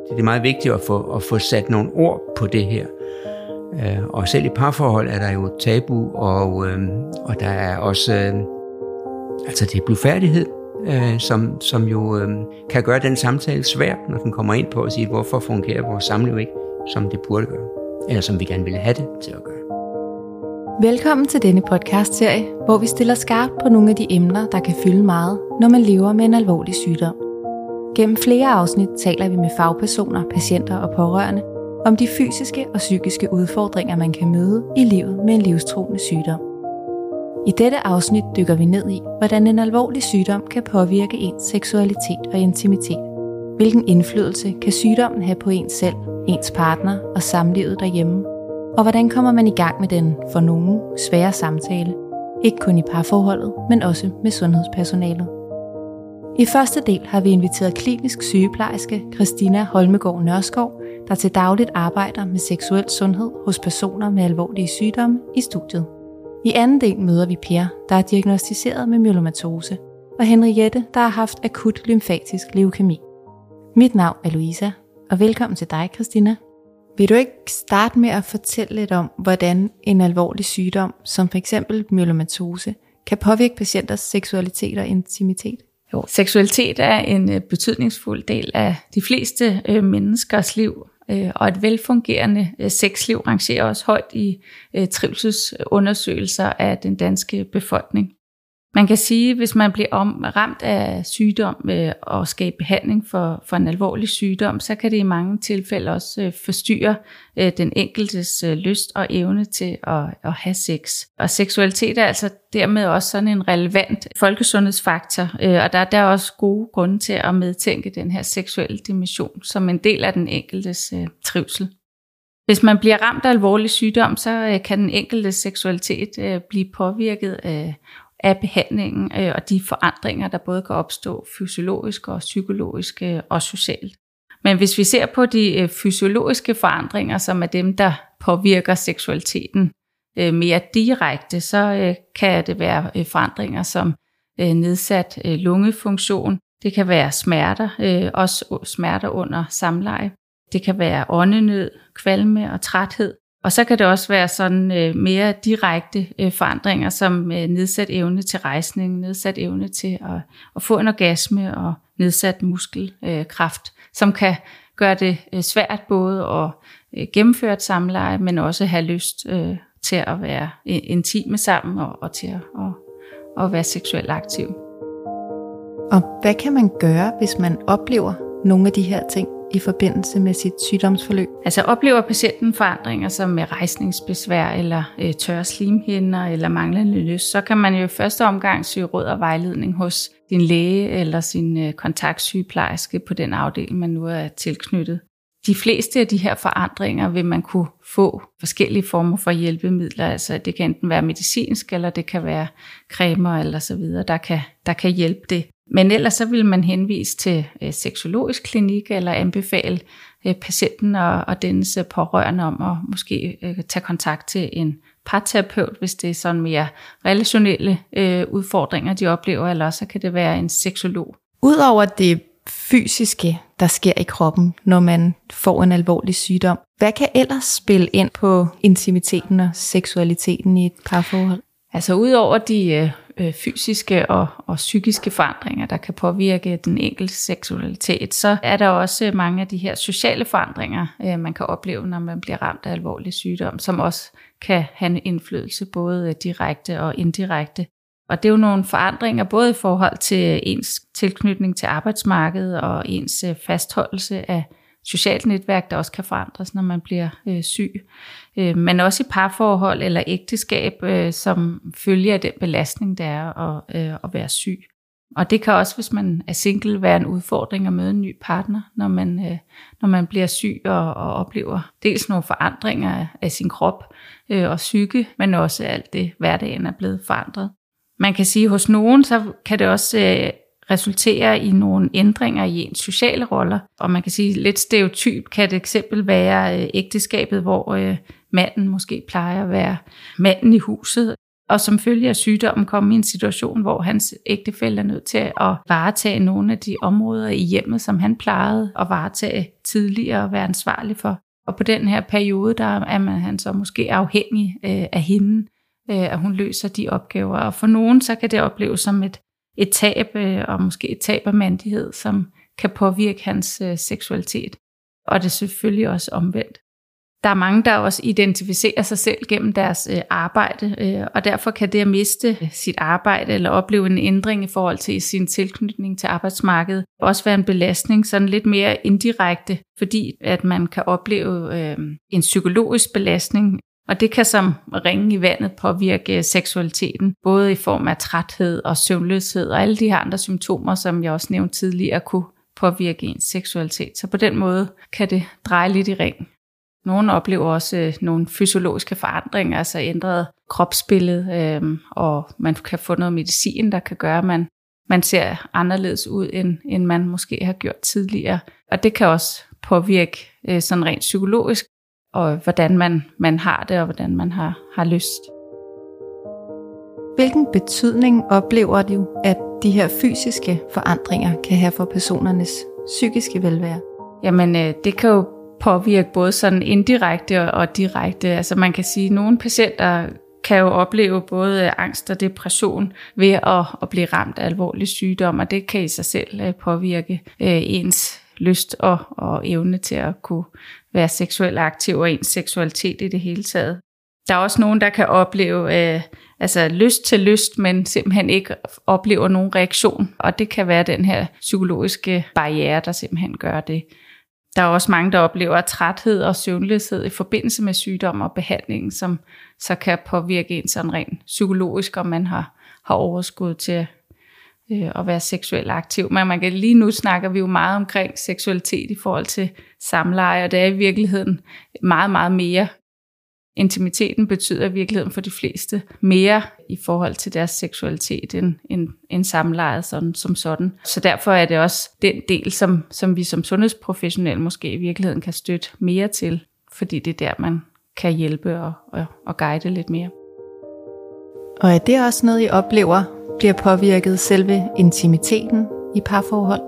Det er meget vigtigt at få sat nogle ord på det her. Og selv i parforhold er der jo tabu, og der er også det er blufærdighed, som jo kan gøre den samtale svær, når den kommer ind på at sige, hvorfor fungerer vores samliv ikke, som det burde gøre, eller som vi gerne ville have det til at gøre. Velkommen til denne podcastserie, hvor vi stiller skarpt på nogle af de emner, der kan fylde meget, når man lever med en alvorlig sygdom. Gennem flere afsnit taler vi med fagpersoner, patienter og pårørende om de fysiske og psykiske udfordringer, man kan møde i livet med en livstruende sygdom. I dette afsnit dykker vi ned i, hvordan en alvorlig sygdom kan påvirke ens seksualitet og intimitet. Hvilken indflydelse kan sygdommen have på ens selv, ens partner og samlivet derhjemme? Og hvordan kommer man i gang med den, for nogen, svære samtale? Ikke kun i parforholdet, men også med sundhedspersonalet. I første del har vi inviteret klinisk sygeplejerske Christina Holmegaard Nørskov, der til dagligt arbejder med seksuel sundhed hos personer med alvorlige sygdomme i studiet. I anden del møder vi Per, der er diagnosticeret med myelomatose, og Henriette, der har haft akut lymfatisk leukæmi. Mit navn er Louisa, og velkommen til dig, Christina. Vil du ikke starte med at fortælle lidt om, hvordan en alvorlig sygdom, som f.eks. myelomatose, kan påvirke patienters seksualitet og intimitet? Jo, seksualitet er en betydningsfuld del af de fleste menneskers liv, og et velfungerende sexliv rangerer også højt i trivselsundersøgelser af den danske befolkning. Man kan sige, at hvis man bliver ramt af sygdom og skal i behandling for en alvorlig sygdom, så kan det i mange tilfælde også forstyrre den enkeltes lyst og evne til at have sex. Og seksualitet er altså dermed også sådan en relevant folkesundhedsfaktor, og der er også gode grunde til at medtænke den her seksuelle dimension som en del af den enkeltes trivsel. Hvis man bliver ramt af alvorlig sygdom, så kan den enkeltes seksualitet blive påvirket af behandlingen og de forandringer, der både kan opstå fysiologisk og psykologisk og socialt. Men hvis vi ser på de fysiologiske forandringer, som er dem, der påvirker seksualiteten mere direkte, så kan det være forandringer som nedsat lungefunktion. Det kan være smerter, også smerter under samleje. Det kan være åndenød, kvalme og træthed. Og så kan det også være sådan mere direkte forandringer som nedsat evne til rejsning, nedsat evne til at få en orgasme og nedsat muskelkraft, som kan gøre det svært både at gennemføre et samleje, men også have lyst til at være intime sammen og til at være seksuelt aktiv. Og hvad kan man gøre, hvis man oplever nogle af de her ting i forbindelse med sit sygdomsforløb? Altså oplever patienten forandringer som med rejsningsbesvær eller tørre slimhinder eller manglende lyst, så kan man jo i første omgang søge råd og vejledning hos din læge eller sin kontaktsygeplejerske på den afdeling, man nu er tilknyttet. De fleste af de her forandringer vil man kunne få forskellige former for hjælpemidler, altså det kan enten være medicinsk, eller det kan være cremer eller så videre, der kan hjælpe det. Men ellers så vil man henvise til seksologisk klinik eller anbefale patienten og dennes pårørende om at måske tage kontakt til en parterapeut, hvis det er sådan mere relationelle udfordringer, de oplever, eller så kan det være en seksolog. Udover det fysiske, der sker i kroppen, når man får en alvorlig sygdom, hvad kan ellers spille ind på intimiteten og seksualiteten i et parforhold? Altså udover de fysiske og psykiske forandringer, der kan påvirke den enkelte seksualitet, så er der også mange af de her sociale forandringer, man kan opleve, når man bliver ramt af alvorlig sygdom, som også kan have en indflydelse både direkte og indirekte. Og det er jo nogle forandringer både i forhold til ens tilknytning til arbejdsmarkedet og ens fastholdelse af socialt netværk, der også kan forandres, når man bliver syg. Men også i parforhold eller ægteskab, som følger af den belastning, der er at være syg. Og det kan også, hvis man er single, være en udfordring at møde en ny partner, når man bliver syg og oplever dels nogle forandringer af sin krop og psyke, men også alt det, hverdagen er blevet forandret. Man kan sige, at hos nogen, så kan det også resulterer i nogle ændringer i ens sociale roller. Og man kan sige, lidt stereotyp kan det eksempel være ægteskabet, hvor manden måske plejer at være manden i huset, og som følge af sygdommen komme i en situation, hvor hans ægtefælle er nødt til at varetage nogle af de områder i hjemmet, som han plejede at varetage tidligere og være ansvarlig for. Og på den her periode, der er han så måske afhængig af hende, at hun løser de opgaver. Og for nogen, så kan det opleves som et tab, og måske et tab af mandighed, som kan påvirke hans seksualitet. Og det er selvfølgelig også omvendt. Der er mange, der også identificerer sig selv gennem deres arbejde, og derfor kan det at miste sit arbejde eller opleve en ændring i forhold til sin tilknytning til arbejdsmarkedet også være en belastning, sådan lidt mere indirekte, fordi at man kan opleve en psykologisk belastning, og det kan som ringe i vandet påvirke seksualiteten, både i form af træthed og søvnløshed og alle de her andre symptomer, som jeg også nævnte tidligere, kunne påvirke ens seksualitet. Så på den måde kan det dreje lidt i ring. Nogle oplever også nogle fysiologiske forandringer, altså ændret kropsbillede, og man kan få noget medicin, der kan gøre, at man ser anderledes ud, end man måske har gjort tidligere. Og det kan også påvirke sådan rent psykologisk, og hvordan man har det, og hvordan man har lyst. Hvilken betydning oplever du, at de her fysiske forandringer kan have for personernes psykiske velvære? Jamen, det kan jo påvirke både sådan indirekte og direkte. Altså man kan sige, at nogle patienter kan jo opleve både angst og depression ved at blive ramt af alvorlig sygdom, og det kan i sig selv påvirke ens lyst og evne til at kunne være seksuelt aktiv og ens seksualitet i det hele taget. Der er også nogen, der kan opleve lyst til lyst, men simpelthen ikke oplever nogen reaktion, og det kan være den her psykologiske barriere, der simpelthen gør det. Der er også mange, der oplever træthed og søvnløshed i forbindelse med sygdom og behandlingen, som så kan påvirke en sådan rent psykologisk, om man har overskud til at være seksuelt aktiv. Men man kan lige nu snakker vi jo meget omkring seksualitet i forhold til samleje, og det er i virkeligheden meget, meget mere. Intimiteten betyder i virkeligheden for de fleste mere i forhold til deres seksualitet end samlejet som sådan. Så derfor er det også den del, som vi som sundhedsprofessionelle måske i virkeligheden kan støtte mere til, fordi det er der, man kan hjælpe og guide lidt mere. Og er det også noget, I oplever bliver påvirket selve intimiteten i parforhold?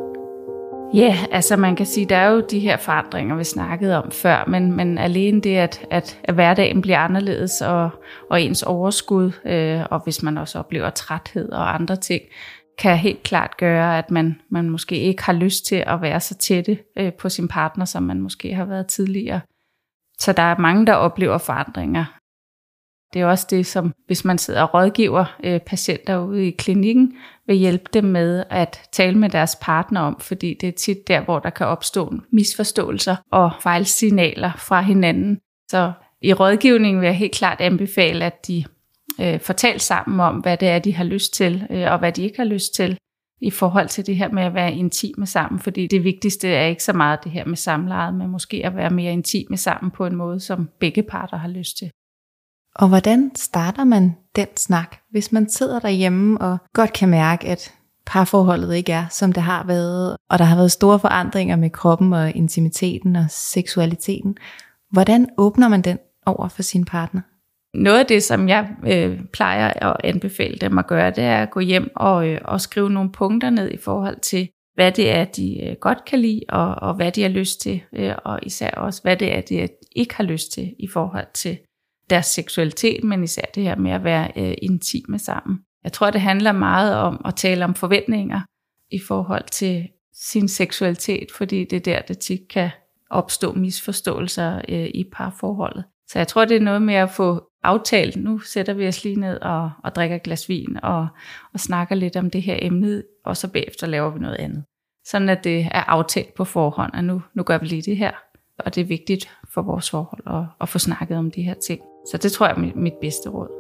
Ja, altså man kan sige, der er jo de her forandringer, vi snakkede om før, men alene det, at hverdagen bliver anderledes, og ens overskud, og hvis man også oplever træthed og andre ting, kan helt klart gøre, at man måske ikke har lyst til at være så tætte på sin partner, som man måske har været tidligere. Så der er mange, der oplever forandringer. Det er også det, som hvis man sidder og rådgiver patienter ude i klinikken, vil hjælpe dem med at tale med deres partner om, fordi det er tit der, hvor der kan opstå misforståelser og fejlsignaler fra hinanden. Så i rådgivningen vil jeg helt klart anbefale, at de får talt sammen om, hvad det er, de har lyst til, og hvad de ikke har lyst til, i forhold til det her med at være intime sammen, fordi det vigtigste er ikke så meget det her med samlejet, men måske at være mere intime sammen på en måde, som begge parter har lyst til. Og hvordan starter man den snak, hvis man sidder derhjemme og godt kan mærke, at parforholdet ikke er, som det har været, og der har været store forandringer med kroppen og intimiteten og seksualiteten? Hvordan åbner man den over for sin partner? Noget af det, som jeg plejer at anbefale dem at gøre, det er at gå hjem og skrive nogle punkter ned i forhold til, hvad det er, de godt kan lide, og hvad de har lyst til, og især også, hvad det er, de ikke har lyst til i forhold til deres seksualitet, men især det her med at være intime sammen. Jeg tror, det handler meget om at tale om forventninger i forhold til sin seksualitet, fordi det er der, det tit kan opstå misforståelser i parforholdet. Så jeg tror, det er noget med at få aftalt. Nu sætter vi os lige ned og drikker et glas vin og snakker lidt om det her emne, og så bagefter laver vi noget andet. Sådan at det er aftalt på forhånd, og nu gør vi lige det her. Og det er vigtigt for vores forhold at få snakket om de her ting. Så det tror jeg er mit bedste råd.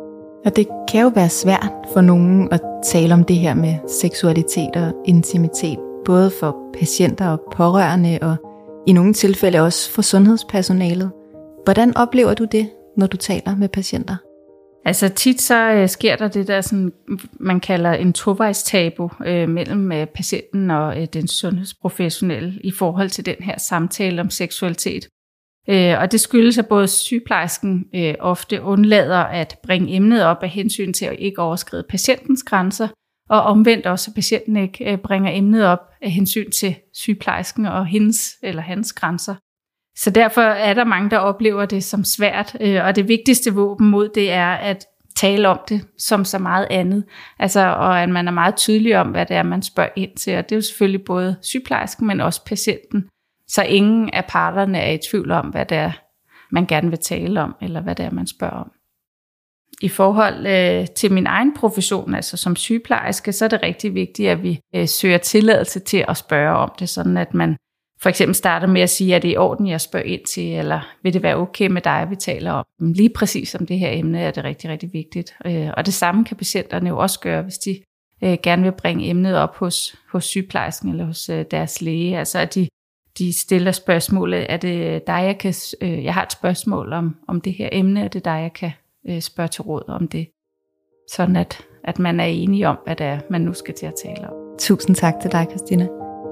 Og det kan jo være svært for nogen at tale om det her med seksualitet og intimitet, både for patienter og pårørende, og i nogle tilfælde også for sundhedspersonalet. Hvordan oplever du det, når du taler med patienter? Altså tit så sker der det der, sådan, man kalder en tovejstabu mellem patienten og den sundhedsprofessionelle i forhold til den her samtale om seksualitet. Og det skyldes, at både sygeplejersken ofte undlader at bringe emnet op af hensyn til at ikke overskride patientens grænser, og omvendt også, at patienten ikke bringer emnet op af hensyn til sygeplejersken og hendes eller hans grænser. Så derfor er der mange, der oplever det som svært, og det vigtigste våben mod det er at tale om det som så meget andet. Altså, og at man er meget tydelig om, hvad det er, man spørger ind til, og det er jo selvfølgelig både sygeplejersken, men også patienten. Så ingen af parterne er i tvivl om, hvad det er, man gerne vil tale om, eller hvad det er, man spørger om. I forhold til min egen profession, altså som sygeplejerske, så er det rigtig vigtigt, at vi søger tilladelse til at spørge om det, sådan at man for eksempel starter med at sige, at det er i orden, jeg spørger ind til, eller vil det være okay med dig, vi taler om. Lige præcis om det her emne er det rigtig, rigtig vigtigt. Og det samme kan patienterne jo også gøre, hvis de gerne vil bringe emnet op hos sygeplejersken eller hos deres læge. Altså at de stiller spørgsmålet, er det dig, jeg har et spørgsmål om det her emne, er det dig, jeg kan spørge til råd om det. Sådan at man er enige om, hvad det er, man nu skal til at tale om. Tusind tak til dig, Christina.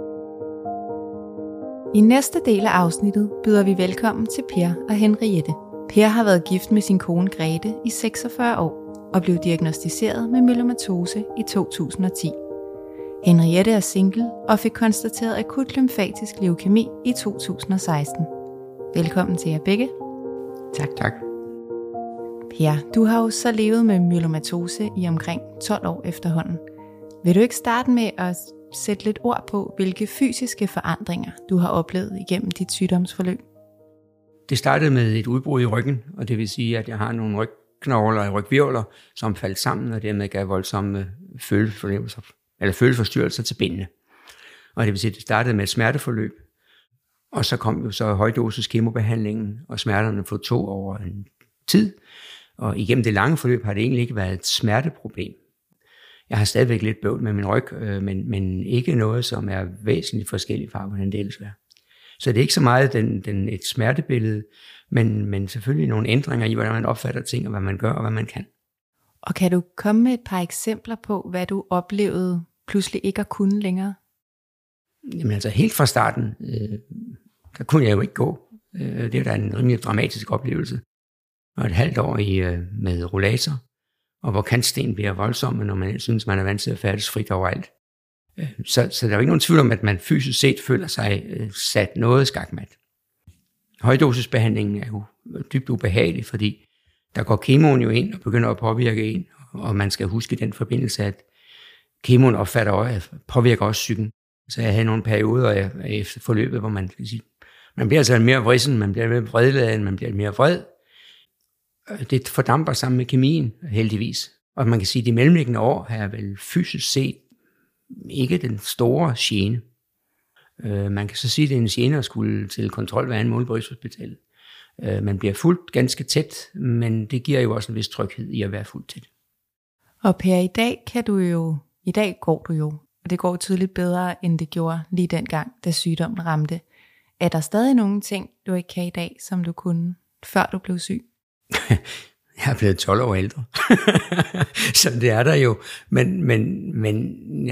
I næste del af afsnittet byder vi velkommen til Per og Henriette. Per har været gift med sin kone Grete i 46 år og blev diagnosticeret med myelomatose i 2010. Henriette er single og fik konstateret akut lymfatisk leukæmi i 2016. Velkommen til jer begge. Tak. Per, du har jo så levet med myelomatose i omkring 12 år efterhånden. Vil du ikke starte med at sætte lidt ord på, hvilke fysiske forandringer du har oplevet igennem dit sygdomsforløb? Det startede med et udbrud i ryggen, og det vil sige, at jeg har nogle rygknogler og rygvirvler, som faldt sammen, og dermed gav voldsomme følelsesforstyrrelser til benene. Og det vil sige, at det startede med et smerteforløb, og så kom jo så højdosis kemobehandlingen, og smerterne tog over en tid, og igennem det lange forløb har det egentlig ikke været et smerteproblem. Jeg har stadigvæk lidt bøvl med min ryg, men ikke noget, som er væsentligt forskelligt fra, hvordan det ellers er. Så det er ikke så meget et smertebillede, men selvfølgelig nogle ændringer i, hvordan man opfatter ting, og hvad man gør, og hvad man kan. Og kan du komme med et par eksempler på, hvad du oplevede pludselig ikke at kunne længere? Jamen altså helt fra starten, der kunne jeg jo ikke gå. Det er da en rimelig dramatisk oplevelse. Og et halvt år med rollator, og hvor kantsten bliver voldsomme, når man synes, man er vant til at færdes frit overalt. Så der er jo ikke nogen tvivl om, at man fysisk set føler sig sat noget skakmat. Højdosisbehandlingen er jo dybt ubehagelig, fordi der går kemoen jo ind og begynder at påvirke en, og man skal huske i den forbindelse, at kemoen påvirker også psyken. Så jeg havde nogle perioder efter forløbet, hvor man kan sige, man bliver altså mere vrissen, man bliver mere vredladen, man bliver mere vred. Det fordamper sammen med kemien, heldigvis. Og man kan sige, at de mellemliggende år har jeg vel fysisk set ikke den store gene. Man kan så sige, at det er en gene at skulle til kontrol hver anden måned på Rigshospitalet. Man bliver fuldt ganske tæt, men det giver jo også en vis tryghed i at være fuldt tæt. Og Per, i dag går du jo, og det går tydeligt bedre, end det gjorde lige dengang, da sygdommen ramte. Er der stadig nogle ting, du ikke kan i dag, som du kunne, før du blev syg? Jeg er blevet 12 år ældre. Så det er der jo. Men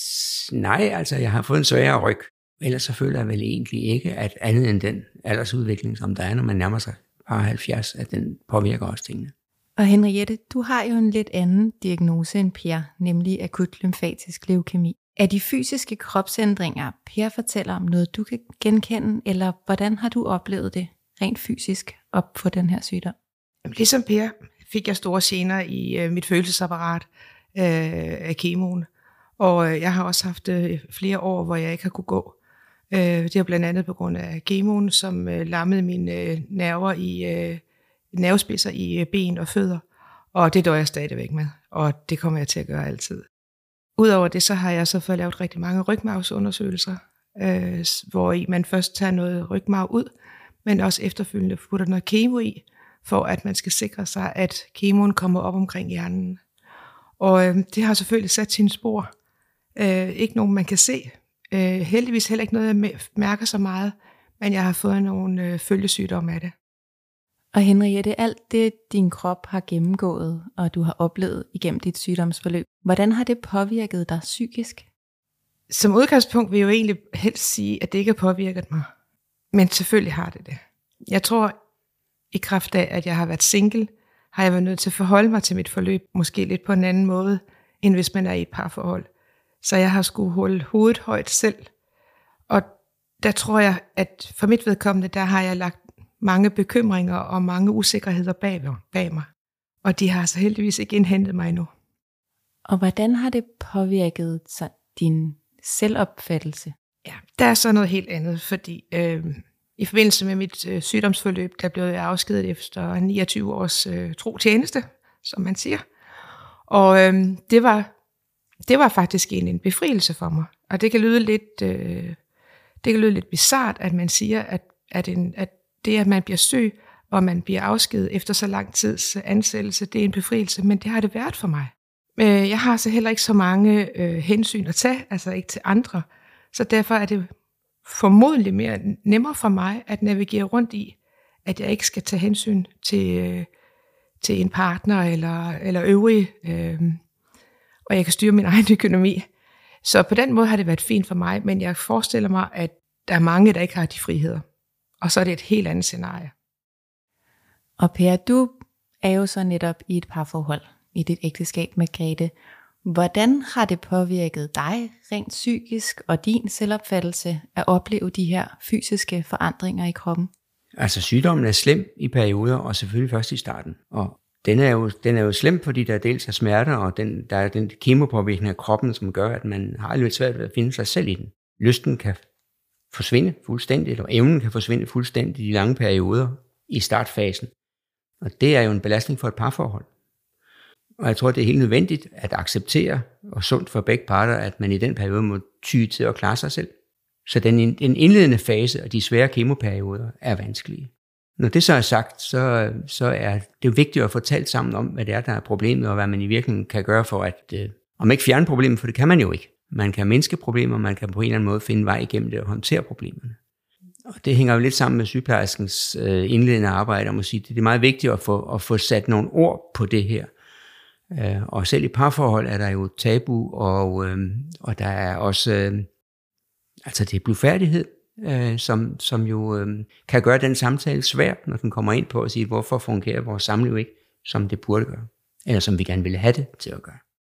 jeg har fået en sværere ryg. Ellers så føler jeg vel egentlig ikke, at andet end den aldersudvikling, som der er, når man nærmer sig bare 70, at den påvirker også tingene. Og Henriette, du har jo en lidt anden diagnose end Per, nemlig akut lymfatisk leukæmi. Er de fysiske kropsændringer, Per fortæller om, noget du kan genkende, eller hvordan har du oplevet det rent fysisk op på den her sygdom? Ligesom Per fik jeg store gener i mit følelsesapparat af kemoen, og jeg har også haft flere år, hvor jeg ikke har kunne gå. Det er blandt andet på grund af kemoen, som lammede mine nervespidser i ben og fødder, og det dør jeg stadigvæk med, og det kommer jeg til at gøre altid. Udover det, så har jeg så fået lavet rigtig mange rygmarvsundersøgelser, hvor man først tager noget rygmarv ud, men også efterfølgende putter noget kemo i, for at man skal sikre sig, at kemoen kommer op omkring hjernen. Og det har selvfølgelig sat sine spor. Ikke nogen, man kan se. Heldigvis heller ikke noget, jeg mærker så meget, men jeg har fået nogle følgesygdomme af det. Og Henriette, alt det din krop har gennemgået, og du har oplevet igennem dit sygdomsforløb, hvordan har det påvirket dig psykisk? Som udgangspunkt vil jeg jo egentlig helst sige, at det ikke har påvirket mig. Men selvfølgelig har det det. Jeg tror, i kraft af, at jeg har været single, har jeg været nødt til at forholde mig til mit forløb, måske lidt på en anden måde, end hvis man er i et parforhold. Så jeg har skulle holde hovedet højt selv. Og der tror jeg, at for mit vedkommende, der har jeg lagt mange bekymringer og mange usikkerheder bag mig. Og de har så heldigvis ikke indhentet mig endnu. Og hvordan har det påvirket din selvopfattelse? Ja, der er så noget helt andet, fordi i forbindelse med mit sygdomsforløb, der blev jeg afskediget efter 29 års tro tjeneste, som man siger. Og det var faktisk en befrielse for mig. Og det kan lyde lidt bizart, at man siger, at det, at man bliver syg, og man bliver afskediget efter så lang tids ansættelse, det er en befrielse, men det har det været for mig. Jeg har så heller ikke så mange hensyn at tage, altså ikke til andre, så derfor er det formodentlig nemmere for mig at navigere rundt i, at jeg ikke skal tage hensyn til en partner eller øvrige, og jeg kan styre min egen økonomi. Så på den måde har det været fint for mig, men jeg forestiller mig, at der er mange, der ikke har de friheder. Og så er det et helt andet scenarie. Og Per, du er jo så netop i et parforhold i dit ægteskab med Grete. Hvordan har det påvirket dig rent psykisk og din selvopfattelse at opleve de her fysiske forandringer i kroppen? Altså sygdommen er slem i perioder, og selvfølgelig først i starten. Og den er jo slem, fordi der dels er smerter, og der er den kemopåvirkning af kroppen, som gør, at man har lidt svært ved at finde sig selv i den. Lysten kan forsvinde fuldstændigt, og evnen kan forsvinde fuldstændigt i de lange perioder i startfasen. Og det er jo en belastning for et parforhold. Og jeg tror, det er helt nødvendigt at acceptere, og sundt for begge parter, at man i den periode må ty til at klare sig selv. Så den indledende fase og de svære kemoperioder er vanskelige. Når det så er sagt, så er det jo vigtigt at få talt sammen om, hvad det er, der er problemet, og hvad man i virkeligheden kan gøre for at, om ikke fjerne problemet, for det kan man jo ikke. Man kan mindske problemer, man kan på en eller anden måde finde vej igennem det og håndtere problemerne. Og det hænger jo lidt sammen med sygeplejerskens indledende arbejde om at sige, det er meget vigtigt at få sat nogle ord på det her. Og selv i parforhold er der jo tabu, og der er også altså det er blufærdighed, som jo kan gøre den samtale svær, når den kommer ind på at sige, hvorfor fungerer vores samliv ikke, som det burde gøre, eller som vi gerne ville have det til at gøre.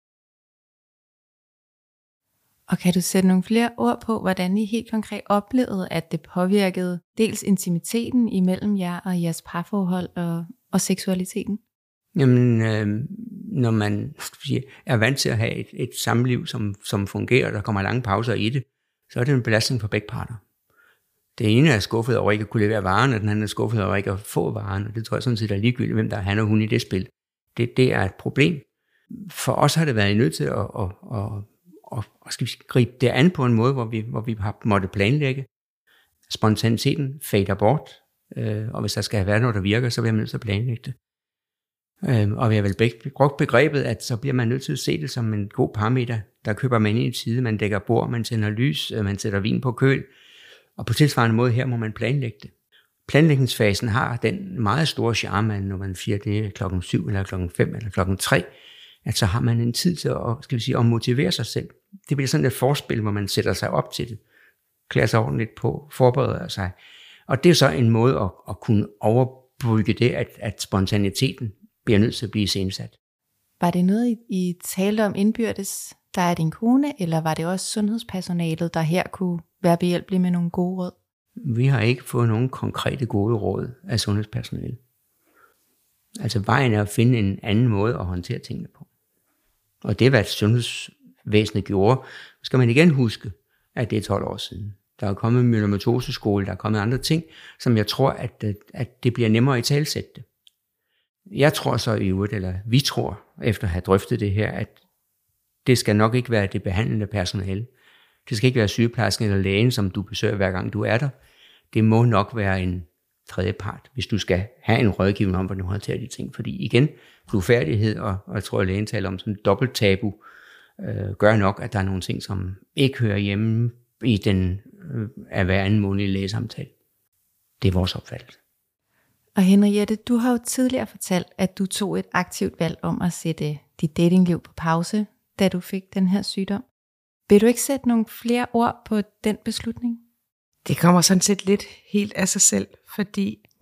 Og kan du sætte nogle flere ord på, hvordan I helt konkret oplevede, at det påvirkede dels intimiteten imellem jer og jeres parforhold og seksualiteten? Jamen, når man er vant til at have et samliv, som fungerer, der kommer lange pauser i det, så er det en belastning for begge parter. Det ene er skuffet over ikke at kunne levere varen, og den anden er skuffet over ikke at få varen, og det tror jeg sådan set er ligegyldigt, hvem der er han og hun i det spil. Det er et problem. For os har det været nødt til at skal vi gribe det an på en måde, hvor vi har måttet planlægge. Spontaniteten fader bort, og hvis der skal være noget, der virker, så bliver man nødt til at planlægge det. Og vi har vel brugt begrebet, at så bliver man nødt til at se det som en god parameter. Der køber man ind i tide, man dækker bord, man tænder lys, man sætter vin på køl, og på tilsvarende måde her må man planlægge det. Planlægningsfasen har den meget store charme, når man siger, det er 7:00 eller 5:00 eller 3:00, at så har man en tid til at motivere sig selv. Det bliver sådan et forspil, hvor man sætter sig op til det, klæder sig ordentligt på, forbereder sig. Og det er så en måde at kunne overbrygge det, at spontaniteten bliver nødt til at blive iscenesat. Var det noget, I talte om indbyrdes, der er din kone, eller var det også sundhedspersonalet, der her kunne være behjælpelige med nogle gode råd? Vi har ikke fået nogen konkrete gode råd af sundhedspersonalet. Altså vejen er at finde en anden måde at håndtere tingene på. Og det, hvad sundhedsvæsenet gjorde, skal man igen huske, at det er 12 år siden. Der er kommet myelomatoseskole, der er kommet andre ting, som jeg tror, at det bliver nemmere at italesætte det. Jeg tror så i øvrigt, eller vi tror, efter at have drøftet det her, at det skal nok ikke være det behandlende personale. Det skal ikke være sygeplejersken eller lægen, som du besøger hver gang du er der. Det må nok være en tredje part, hvis du skal have en rådgivning om, hvordan du håndterer de ting. Fordi igen, blufærdighed, og jeg tror, at lægen taler om sådan en dobbelt tabu, gør nok, at der er nogle ting, som ikke hører hjemme i den af hver anden månedlige lægesamtale. Det er vores opfattelse. Og Henriette, du har jo tidligere fortalt, at du tog et aktivt valg om at sætte dit datingliv på pause, da du fik den her sygdom. Vil du ikke sætte nogle flere ord på den beslutning? Det kommer sådan set lidt helt af sig selv, fordi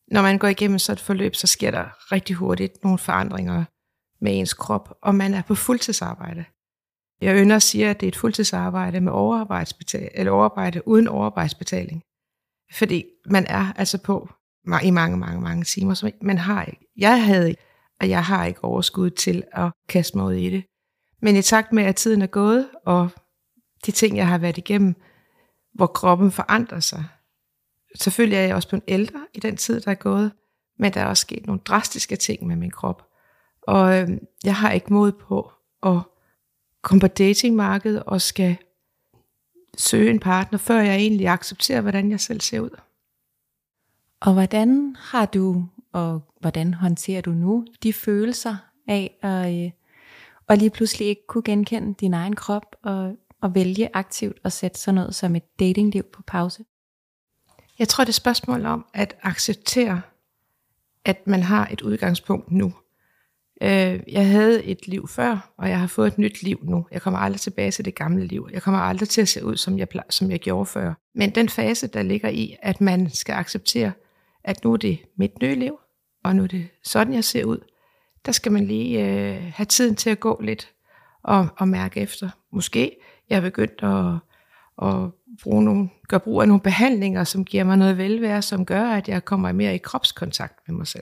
når man går igennem sådan et forløb, så sker der rigtig hurtigt nogle forandringer med ens krop, og man er på fuldtidsarbejde. Jeg ynder at sige, at det er et fuldtidsarbejde med overarbejde uden overarbejdsbetaling. Fordi man er altså på i mange timer, som man har ikke. Jeg har ikke overskud til at kaste mig ud i det. Men i takt med, at tiden er gået, og de ting, jeg har været igennem, hvor kroppen forandrer sig. Selvfølgelig er jeg også blevet ældre i den tid, der er gået, men der er også sket nogle drastiske ting med min krop. Og jeg har ikke mod på at komme på datingmarkedet og skal søge en partner, før jeg egentlig accepterer, hvordan jeg selv ser ud. Og hvordan har du, og hvordan håndterer du nu de følelser af at lige pludselig ikke kunne genkende din egen krop og vælge aktivt at sætte sådan noget som et datingliv på pause? Jeg tror, det er et spørgsmål om at acceptere, at man har et udgangspunkt nu. Jeg havde et liv før, og jeg har fået et nyt liv nu. Jeg kommer aldrig tilbage til det gamle liv. Jeg kommer aldrig til at se ud, som jeg gjorde før. Men den fase, der ligger i, at man skal acceptere, at nu er det mit nye liv, og nu er det sådan, jeg ser ud, der skal man lige have tiden til at gå lidt og mærke efter. Måske jeg er begyndt at gøre brug af nogle behandlinger, som giver mig noget velvære, som gør, at jeg kommer mere i kropskontakt med mig selv.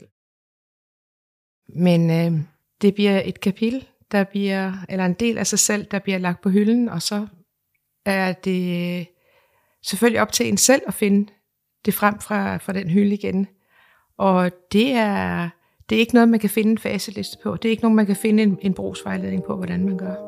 Men det bliver et kapitel, eller en del af sig selv, der bliver lagt på hylden, og så er det selvfølgelig op til en selv at finde det frem fra den hylde igen. Og det er ikke noget, man kan finde en faseliste på. Det er ikke noget, man kan finde en brugsvejledning på, hvordan man gør.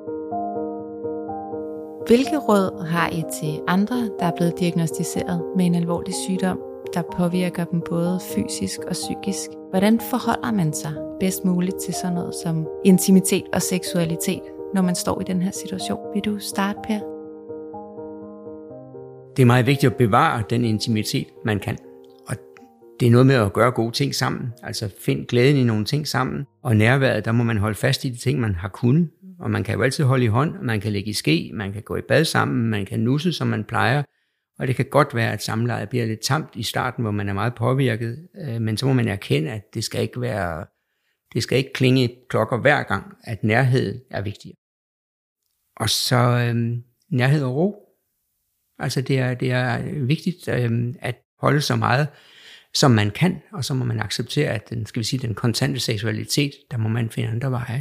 Hvilke råd har I til andre, der er blevet diagnosticeret med en alvorlig sygdom, der påvirker dem både fysisk og psykisk? Hvordan forholder man sig bedst muligt til sådan noget som intimitet og seksualitet, når man står i den her situation? Vil du starte, Per? Det er meget vigtigt at bevare den intimitet, man kan. Og det er noget med at gøre gode ting sammen. Altså find glæden i nogle ting sammen. Og nærværet, der må man holde fast i de ting, man har kunnet. Og man kan jo altid holde i hånd, man kan ligge i ske, man kan gå i bad sammen, man kan nusse, som man plejer. Og det kan godt være, at samleje bliver lidt tamt i starten, hvor man er meget påvirket. Men så må man erkende, at det skal ikke klinge klokker hver gang, at nærhed er vigtigere. Og så nærhed og ro. Altså det er vigtigt at holde så meget, som man kan, og så må man acceptere, at den kontante seksualitet, der må man finde andre veje.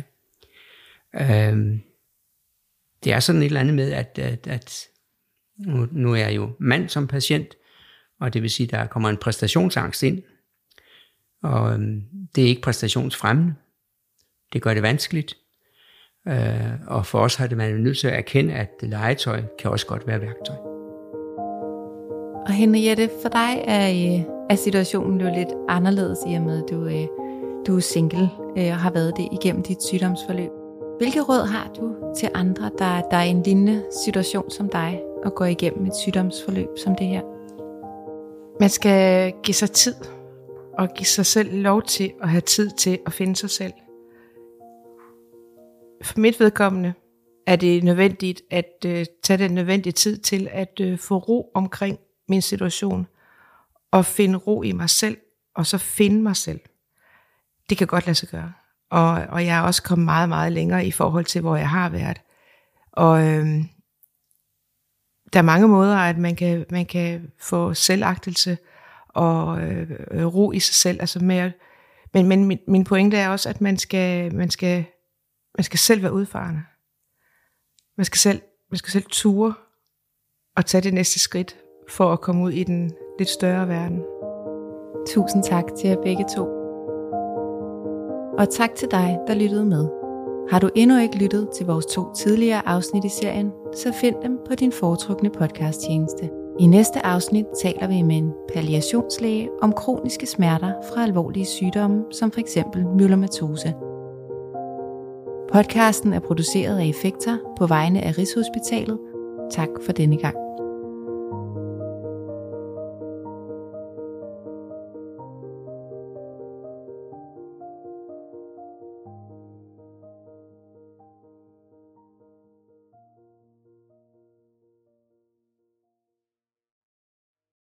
Det er sådan et eller andet med, at nu er jeg jo mand som patient, og det vil sige, at der kommer en præstationsangst ind, og det er ikke præstationsfremmende. Det gør det vanskeligt, og for os har det været nødt til at erkende, at legetøj kan også godt være værktøj. Og Henriette, for dig er situationen jo lidt anderledes i og med, at du er single og har været det igennem dit sygdomsforløb. Hvilke råd har du til andre, der er i en lignende situation som dig, og går igennem et sygdomsforløb som det her? Man skal give sig tid, og give sig selv lov til at have tid til at finde sig selv. For mit vedkommende er det nødvendigt at tage den nødvendige tid til at få ro omkring min situation, og finde ro i mig selv, og så finde mig selv. Det kan godt lade sig gøre. Og jeg er også kommet meget, meget længere i forhold til, hvor jeg har været. Og der er mange måder, at man kan få selvagtelse og ro i sig selv. Altså men min pointe er også, at man skal selv være udfarende. Man skal selv ture og tage det næste skridt for at komme ud i den lidt større verden. Tusind tak til jer begge to. Og tak til dig, der lyttede med. Har du endnu ikke lyttet til vores 2 tidligere afsnit i serien, så find dem på din foretrukne podcasttjeneste. I næste afsnit taler vi med en palliationslæge om kroniske smerter fra alvorlige sygdomme, som f.eks. myelomatose. Podcasten er produceret af Effekter på vegne af Rigshospitalet. Tak for denne gang.